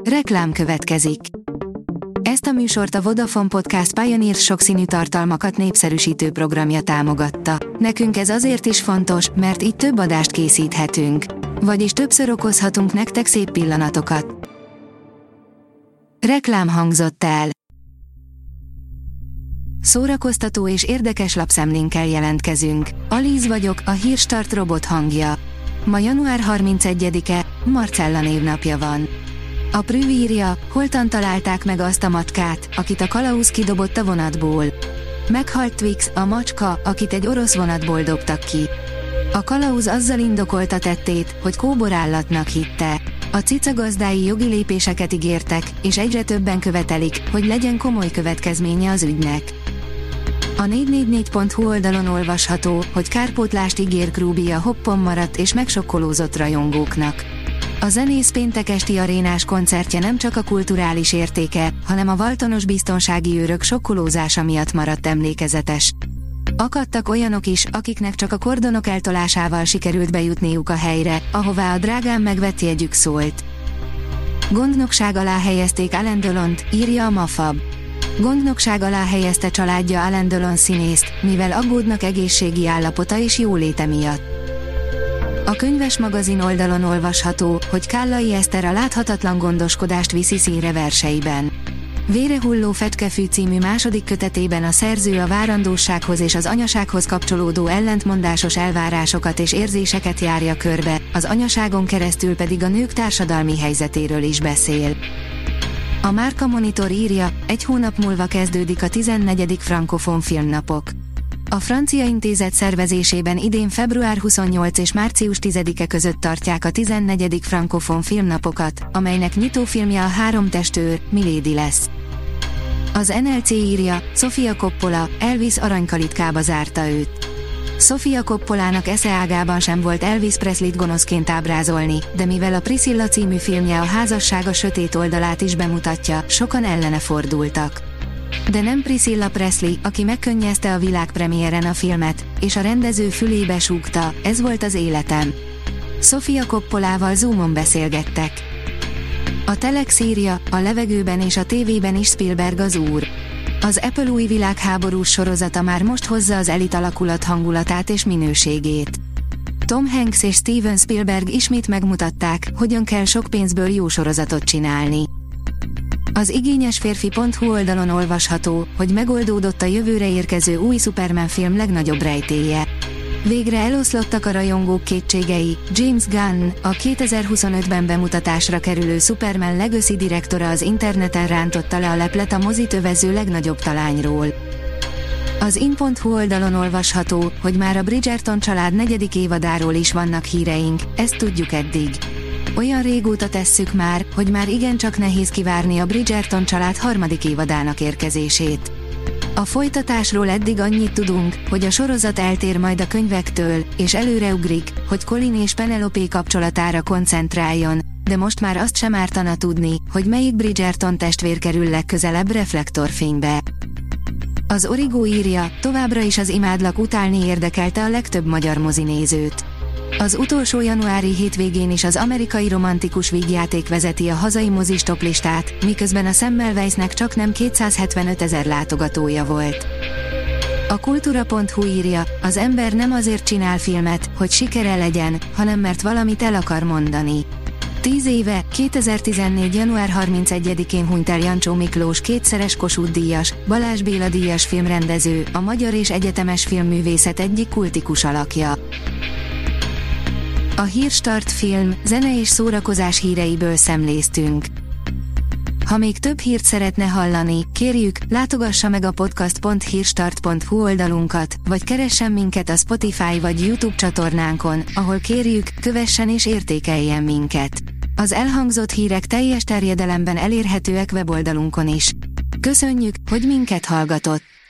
Reklám következik. Ezt a műsort a Vodafone Podcast Pioneer sokszínű tartalmakat népszerűsítő programja támogatta. Nekünk ez azért is fontos, mert így több adást készíthetünk. Vagyis többször okozhatunk nektek szép pillanatokat. Reklám hangzott el. Szórakoztató és érdekes lapszemlénkkel jelentkezünk. Alíz vagyok, a Hírstart robot hangja. Ma január 31-e, Marcella névnapja van. A Prüv írja, holtan találták meg azt a macskát, akit a kalauz kidobott a vonatból. Meghalt Twix, a macska, akit egy orosz vonatból dobtak ki. A kalauz azzal indokolta tettét, hogy kóborállatnak hitte. A cica gazdái jogi lépéseket ígértek, és egyre többen követelik, hogy legyen komoly következménye az ügynek. A 444.hu oldalon olvasható, hogy kárpótlást ígér Krúbi a hoppon maradt és megsokkolózott rajongóknak. A zenész péntek esti arénás koncertje nem csak a kulturális értéke, hanem a valtonos biztonsági őrök sokkolózása miatt maradt emlékezetes. Akadtak olyanok is, akiknek csak a kordonok eltolásával sikerült bejutniuk a helyre, ahová a drágán megvett jegyük szólt. Gondnokság alá helyezték Alain Delont, írja a Mafab. Gondnokság alá helyezte családja Alain Delon színészt, mivel aggódnak egészségi állapota és jóléte miatt. A Könyves magazin oldalon olvasható, hogy Kállai Eszter a láthatatlan gondoskodást viszi színre verseiben. Vérehulló fecskefű című második kötetében a szerző a várandósághoz és az anyasághoz kapcsolódó ellentmondásos elvárásokat és érzéseket járja körbe, az anyaságon keresztül pedig a nők társadalmi helyzetéről is beszél. A Márka Monitor írja, egy hónap múlva kezdődik a 14. frankofon filmnapok. A Francia Intézet szervezésében idén február 28 és március 10-e között tartják a 14. frankofon filmnapokat, amelynek nyitófilmje a Három testőr, Milady lesz. Az NLC írja, Sofia Coppola, Elvis aranykalitkába zárta őt. Sofia Coppolának esze ágában sem volt Elvis Presleyt gonoszként ábrázolni, de mivel a Priscilla című filmje a házassága sötét oldalát is bemutatja, sokan ellene fordultak. De nem Priscilla Presley, aki megkönnyezte a világpremiéren a filmet, és a rendező fülébe súgta, ez volt az életem. Sofia Coppolával Zoomon beszélgettek. A Telex írja, a levegőben és a tévében is Spielberg az úr. Az Apple új világháborús sorozata már most hozza az elit alakulat hangulatát és minőségét. Tom Hanks és Steven Spielberg ismét megmutatták, hogyan kell sok pénzből jó sorozatot csinálni. Az igényesférfi.hu oldalon olvasható, hogy megoldódott a jövőre érkező új Superman film legnagyobb rejtélye. Végre eloszlottak a rajongók kétségei, James Gunn, a 2025-ben bemutatásra kerülő Superman Legacy direktora az interneten rántotta le a leplet a mozit övező legnagyobb talányról. Az in.hu oldalon olvasható, hogy már a Bridgerton család 4. évadáról is vannak híreink, ezt tudjuk eddig. Olyan régóta tesszük már, hogy már igencsak nehéz kivárni a Bridgerton család 3. évadának érkezését. A folytatásról eddig annyit tudunk, hogy a sorozat eltér majd a könyvektől, és előreugrik, hogy Colin és Penelope kapcsolatára koncentráljon, de most már azt sem ártana tudni, hogy melyik Bridgerton testvér kerül legközelebb reflektorfénybe. Az Origo írja, továbbra is az Imádlak utálni érdekelte a legtöbb magyar mozinézőt. Az utolsó januári hétvégén is az amerikai romantikus vígjáték vezeti a hazai mozis toplistát, miközben a Semmelweisnek csak nem 275 000 látogatója volt. A kultúra.hu írja, az ember nem azért csinál filmet, hogy sikere legyen, hanem mert valamit el akar mondani. 10 éve, 2014. január 31-én hunyt el Jancsó Miklós kétszeres Kossuth-díjas, Balázs Béla díjas filmrendező, a magyar és egyetemes filmművészet egyik kultikus alakja. A Hírstart film, zene és szórakozás híreiből szemléztünk. Ha még több hírt szeretne hallani, kérjük, látogassa meg a podcast.hírstart.hu oldalunkat, vagy keressen minket a Spotify vagy YouTube csatornánkon, ahol kérjük, kövessen és értékeljen minket. Az elhangzott hírek teljes terjedelemben elérhetőek weboldalunkon is. Köszönjük, hogy minket hallgatott!